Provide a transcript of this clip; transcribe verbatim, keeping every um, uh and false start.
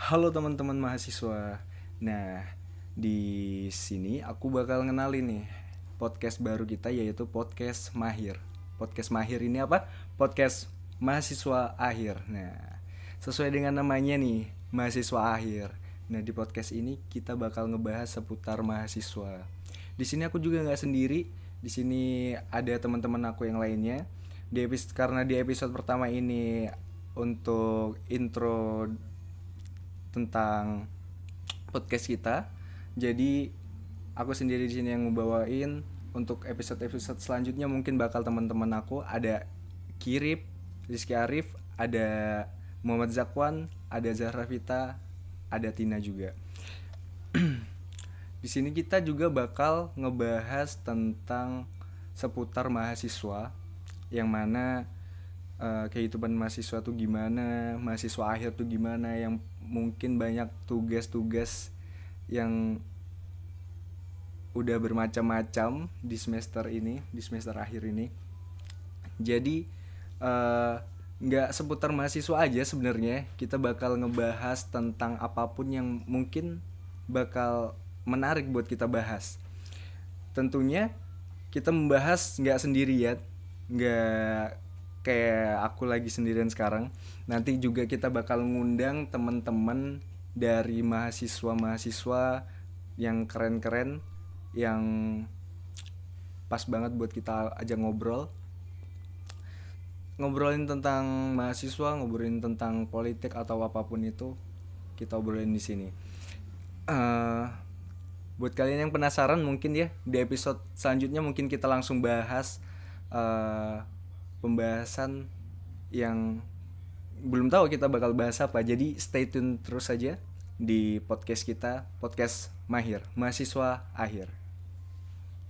Halo teman-teman mahasiswa. Nah, di sini aku bakal ngenalin nih podcast baru kita yaitu podcast Mahir. Podcast Mahir ini apa? Podcast mahasiswa akhir. Nah, sesuai dengan namanya nih, mahasiswa akhir. Nah, di podcast ini kita bakal ngebahas seputar mahasiswa. Di sini aku juga nggak sendiri. Di sini ada teman-teman aku yang lainnya. Di episode karena di episode pertama ini untuk intro tentang podcast kita. Jadi aku sendiri di sini yang ngebawain. Untuk episode-episode selanjutnya mungkin bakal teman-teman aku ada Kirip, Rizky Arif, ada Muhammad Zakwan, ada Zahra Vita, ada Tina juga. Di sini kita juga bakal ngebahas tentang seputar mahasiswa, yang mana uh, kehidupan mahasiswa tuh gimana, mahasiswa akhir tuh gimana, yang mungkin banyak tugas-tugas yang udah bermacam-macam di semester ini, di semester akhir ini. Jadi uh, nggak seputar mahasiswa aja sebenarnya, kita bakal ngebahas tentang apapun yang mungkin bakal menarik buat kita bahas. Tentunya kita membahas nggak sendirian, nggak kayak aku lagi sendirian sekarang. Nanti juga kita bakal ngundang teman-teman dari mahasiswa-mahasiswa yang keren-keren, yang pas banget buat kita ajak ngobrol. Ngobrolin tentang mahasiswa, ngobrolin tentang politik atau apapun itu, kita obrolin di sini. Uh, buat kalian yang penasaran mungkin ya, di episode selanjutnya mungkin kita langsung bahas uh, pembahasan yang belum tahu kita bakal bahas apa. Jadi stay tune terus saja di podcast kita, podcast Mahir, mahasiswa akhir.